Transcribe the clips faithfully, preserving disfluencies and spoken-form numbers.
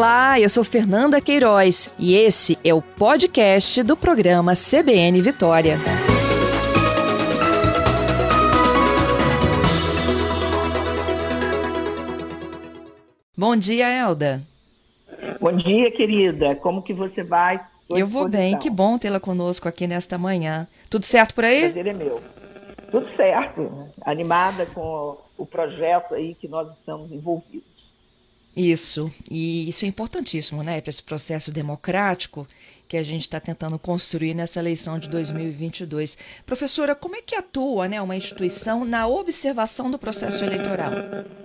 Olá, eu sou Fernanda Queiroz e esse é o podcast do programa C B N Vitória. Bom dia, Elda. Bom dia, querida. Como que você vai? Eu vou bem, que bom tê-la conosco aqui nesta manhã. Tudo certo por aí? O prazer é meu. Tudo certo. Animada com o projeto aí que nós estamos envolvidos. Isso, e isso é importantíssimo, né, para esse processo democrático que a gente está tentando construir nessa eleição de dois mil e vinte e dois. Professora, como é que atua, né, uma instituição na observação do processo eleitoral?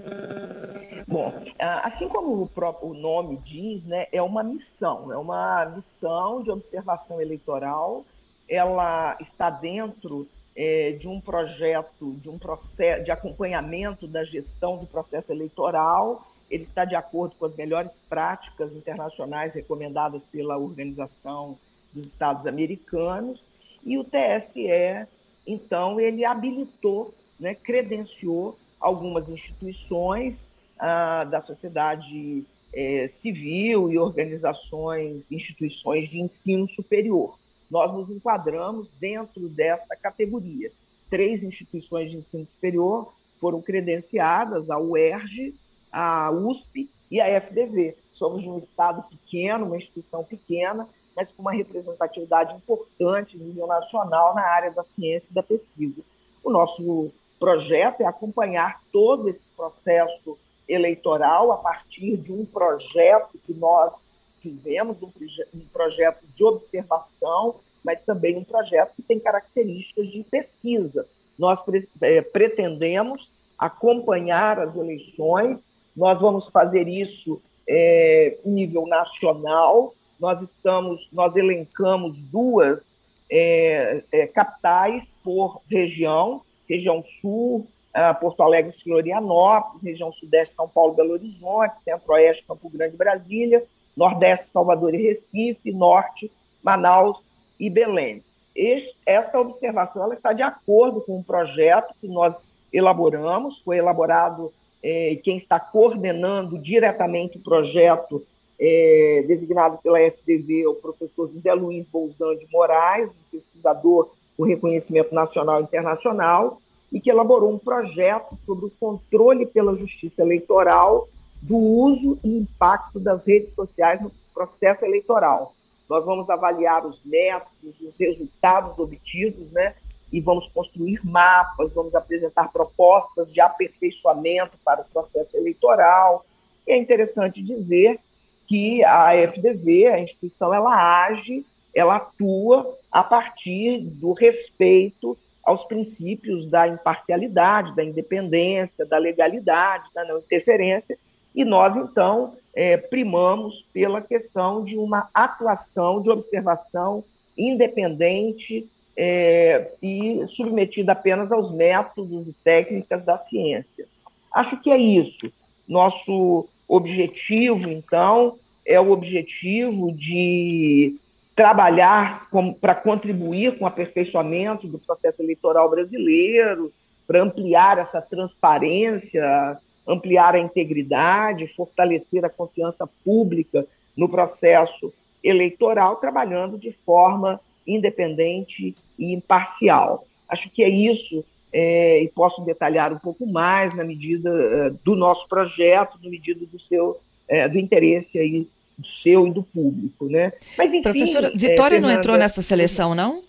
Bom, assim como o próprio nome diz, né, é uma missão, é uma missão de observação eleitoral. Ela está dentro é, de um projeto, de um processo de acompanhamento da gestão do processo eleitoral. Ele está de acordo com as melhores práticas internacionais recomendadas pela Organização dos Estados Americanos, e o T S E, então, ele habilitou, né, credenciou algumas instituições ah, da sociedade eh, civil e organizações, instituições de ensino superior. Nós nos enquadramos dentro dessa categoria. Três instituições de ensino superior foram credenciadas, a U E R J, a U S P e a F D V. Somos de um estado pequeno, uma instituição pequena, mas com uma representatividade importante em nível nacional na área da ciência e da pesquisa. O nosso projeto é acompanhar todo esse processo eleitoral a partir de um projeto que nós fizemos, um, um projeto de observação, mas também um projeto que tem características de pesquisa. Nós pre é, pretendemos acompanhar as eleições. Nós vamos fazer isso é, em nível nacional. Nós estamos, nós elencamos duas é, é, capitais por região, região sul, ah, Porto Alegre, Florianópolis, região sudeste, São Paulo, Belo Horizonte, centro-oeste, Campo Grande, Brasília, nordeste, Salvador e Recife, norte, Manaus e Belém. Este, essa observação ela está de acordo com um projeto que nós elaboramos, foi elaborado É, quem está coordenando diretamente o projeto, é, designado pela F D V, é o professor José Luiz Bolzan de Moraes, um pesquisador com reconhecimento nacional e internacional, e que elaborou um projeto sobre o controle pela justiça eleitoral do uso e impacto das redes sociais no processo eleitoral. Nós vamos avaliar os métodos, os resultados obtidos, né? E vamos construir mapas, vamos apresentar propostas de aperfeiçoamento para o processo eleitoral. E é interessante dizer que a F D V, a instituição, ela age, ela atua a partir do respeito aos princípios da imparcialidade, da independência, da legalidade, da não interferência, e nós, então, é, primamos pela questão de uma atuação de observação independente, É, e submetida apenas aos métodos e técnicas da ciência. Acho que é isso. Nosso objetivo, então, é o objetivo de trabalhar para contribuir com o aperfeiçoamento do processo eleitoral brasileiro, para ampliar essa transparência, ampliar a integridade, fortalecer a confiança pública no processo eleitoral, trabalhando de forma independente e imparcial. Acho que é isso, é, e posso detalhar um pouco mais na medida é, do nosso projeto, na medida do seu, é, do interesse aí, do seu e do público, né? Mas, enfim, professora, Vitória é, Fernanda, não entrou nessa seleção, não?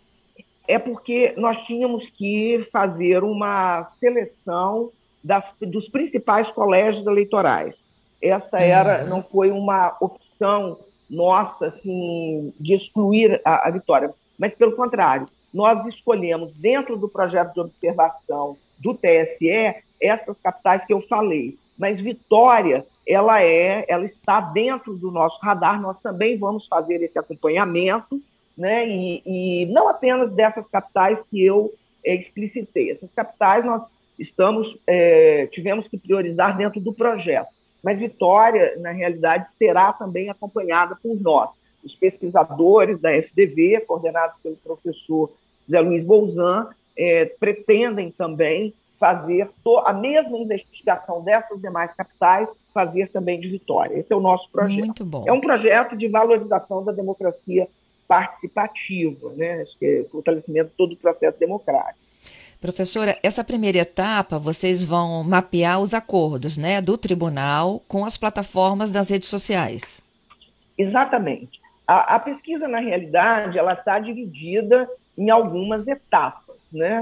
É porque nós tínhamos que fazer uma seleção das, dos principais colégios eleitorais. Essa era, uhum. não foi uma opção nossa, assim, de excluir a, a Vitória, mas, pelo contrário, nós escolhemos, dentro do projeto de observação do T S E, essas capitais que eu falei. Mas Vitória, ela, é, ela está dentro do nosso radar, nós também vamos fazer esse acompanhamento, né? e, e não apenas dessas capitais que eu é, explicitei. Essas capitais nós estamos, é, tivemos que priorizar dentro do projeto. Mas Vitória, na realidade, será também acompanhada por nós. Os pesquisadores da F D V, coordenados pelo professor José Luiz Bolzan, é, pretendem também fazer a mesma investigação dessas demais capitais, fazer também de Vitória. Esse é o nosso projeto. Muito bom. É um projeto de valorização da democracia participativa, né? Acho que é o fortalecimento de todo o processo democrático. Professora, essa primeira etapa, vocês vão mapear os acordos, né, do tribunal com as plataformas das redes sociais. Exatamente. A, a pesquisa, na realidade, ela está dividida em algumas etapas, né?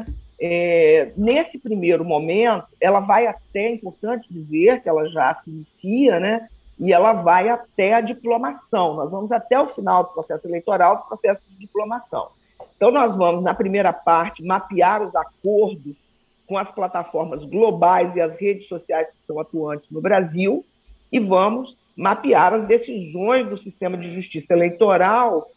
É, nesse primeiro momento, ela vai até, é importante dizer que ela já se inicia, né? E ela vai até a diplomação. Nós vamos até o final do processo eleitoral, do processo de diplomação. Então, nós vamos, na primeira parte, mapear os acordos com as plataformas globais e as redes sociais que estão atuantes no Brasil e vamos mapear as decisões do sistema de justiça eleitoral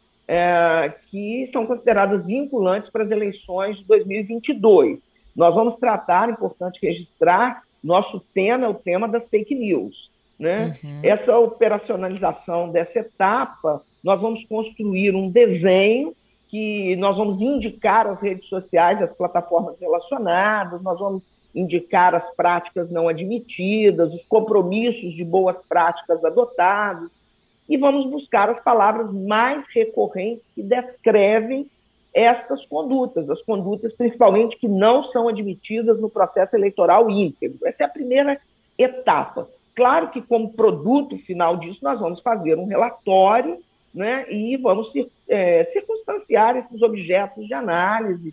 é, que são consideradas vinculantes para as eleições de dois mil e vinte e dois. Nós vamos tratar, é importante registrar, nosso tema é o tema das fake news, né? Uhum. Essa operacionalização dessa etapa, nós vamos construir um desenho que nós vamos indicar as redes sociais, as plataformas relacionadas, nós vamos indicar as práticas não admitidas, os compromissos de boas práticas adotados, e vamos buscar as palavras mais recorrentes que descrevem estas condutas, as condutas principalmente que não são admitidas no processo eleitoral íntegro. Essa é a primeira etapa. Claro que, como produto final disso, nós vamos fazer um relatório, né, e vamos é, circunstanciar esses objetos de análise,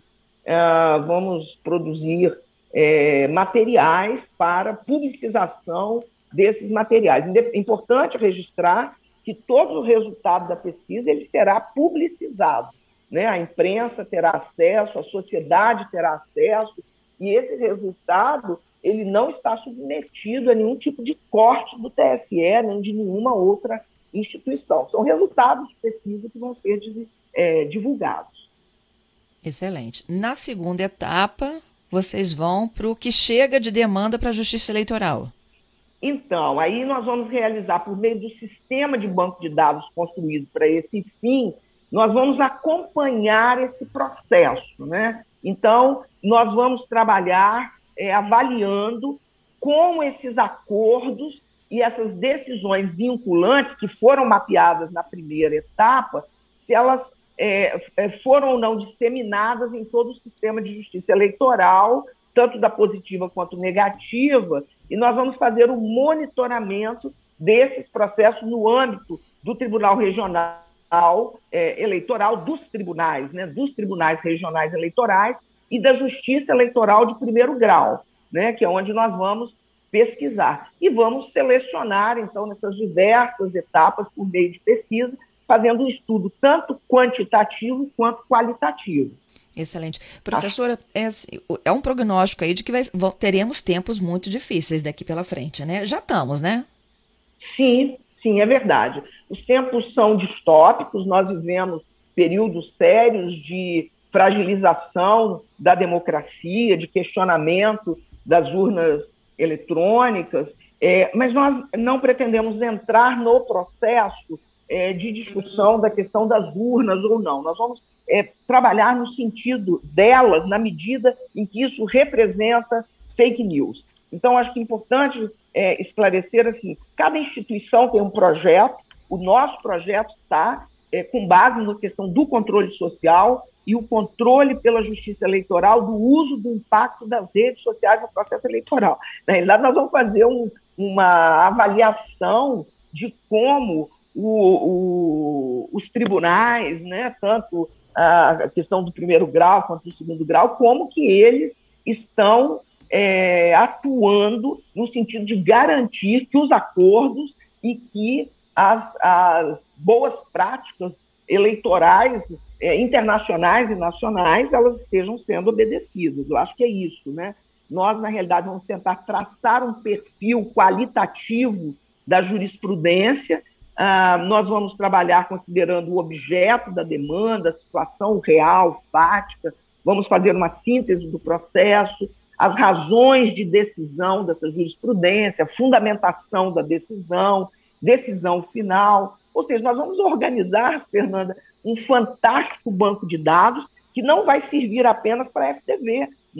é, vamos produzir é, materiais para publicização desses materiais. É importante registrar que todo o resultado da pesquisa ele será publicizado, né? A imprensa terá acesso, a sociedade terá acesso, e esse resultado ele não está submetido a nenhum tipo de corte do T S E, nem de nenhuma outra instituição. São resultados de pesquisa que vão ser é, divulgados. Excelente. Na segunda etapa, vocês vão para o que chega de demanda para a Justiça Eleitoral. Então, aí nós vamos realizar, por meio do sistema de banco de dados construído para esse fim, nós vamos acompanhar esse processo, né? Então, nós vamos trabalhar é, avaliando como esses acordos e essas decisões vinculantes que foram mapeadas na primeira etapa, se elas é, foram ou não disseminadas em todo o sistema de justiça eleitoral, tanto da positiva quanto negativa, e nós vamos fazer o monitoramento desses processos no âmbito do Tribunal Regional é, Eleitoral, dos tribunais, né, dos tribunais regionais eleitorais e da Justiça Eleitoral de primeiro grau, né, que é onde nós vamos pesquisar. E vamos selecionar, então, nessas diversas etapas, por meio de pesquisa, fazendo um estudo tanto quantitativo quanto qualitativo. Excelente. Professora, é, é um prognóstico aí de que vai, teremos tempos muito difíceis daqui pela frente, né? Já estamos, né? Sim, sim, é verdade. Os tempos são distópicos, nós vivemos períodos sérios de fragilização da democracia, de questionamento das urnas eletrônicas, é, mas nós não pretendemos entrar no processo é, de discussão da questão das urnas ou não. Nós vamos é, trabalhar no sentido delas, na medida em que isso representa fake news. Então, acho que é importante é, esclarecer assim, cada instituição tem um projeto, o nosso projeto está é, com base na questão do controle social e o controle pela justiça eleitoral do uso do impacto das redes sociais no processo eleitoral. Na realidade, nós vamos fazer um, uma avaliação de como o, o, os tribunais, né, tanto a questão do primeiro grau quanto do segundo grau, como que eles estão é, atuando no sentido de garantir que os acordos e que as, as boas práticas eleitorais É, internacionais e nacionais, elas estejam sendo obedecidas. Eu acho que é isso, né? Nós, na realidade, vamos tentar traçar um perfil qualitativo da jurisprudência, ah, nós vamos trabalhar considerando o objeto da demanda, a situação real, fática, vamos fazer uma síntese do processo, as razões de decisão dessa jurisprudência, a fundamentação da decisão, decisão final. Ou seja, nós vamos organizar, Fernanda, um fantástico banco de dados que não vai servir apenas para a F T V, né?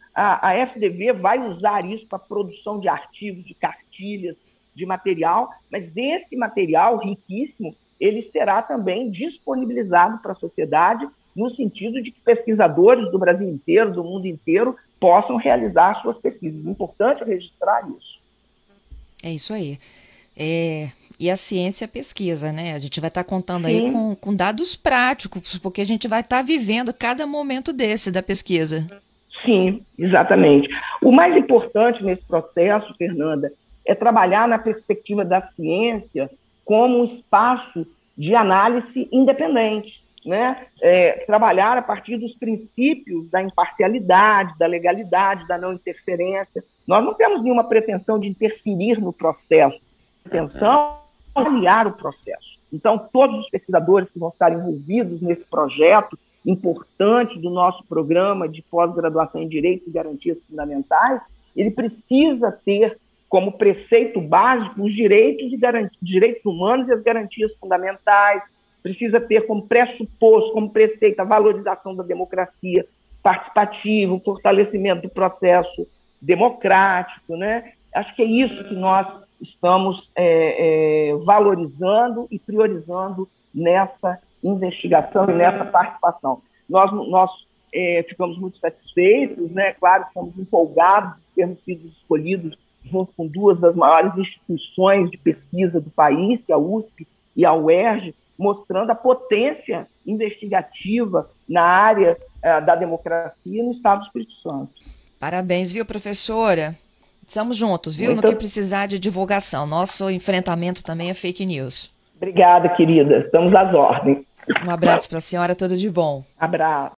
a, a F D V vai usar isso para a produção de artigos, de cartilhas, de material, mas esse material riquíssimo, ele será também disponibilizado para a sociedade no sentido de que pesquisadores do Brasil inteiro, do mundo inteiro, possam realizar suas pesquisas. É importante registrar isso. É isso aí. É, e a ciência pesquisa, né? A gente vai estar contando Sim. aí com, com dados práticos, porque a gente vai estar vivendo cada momento desse da pesquisa. Sim, exatamente. O mais importante nesse processo, Fernanda, é trabalhar na perspectiva da ciência como um espaço de análise independente, né? É, trabalhar a partir dos princípios da imparcialidade, da legalidade, da não interferência. Nós não temos nenhuma pretensão de interferir no processo, a pretensão é avaliar o processo. Então, todos os pesquisadores que vão estar envolvidos nesse projeto importante do nosso programa de pós-graduação em Direitos e Garantias Fundamentais, ele precisa ter como preceito básico os direitos, e garantias, direitos humanos e as garantias fundamentais, precisa ter como pressuposto, como preceito, a valorização da democracia participativa, o fortalecimento do processo democrático, né? Acho que é isso que nós estamos é, é, valorizando e priorizando nessa investigação e nessa participação. Nós, nós é, ficamos muito satisfeitos, né? Claro, estamos empolgados de termos sido escolhidos junto com duas das maiores instituições de pesquisa do país, que é a U S P e a U E R J, mostrando a potência investigativa na área uh, da democracia no Estado do Espírito Santo. Parabéns, viu, professora? Estamos juntos, viu? Muito... No que precisar de divulgação. Nosso enfrentamento também é fake news. Obrigada, querida. Estamos às ordens. Um abraço para a senhora, tudo de bom. Abraço.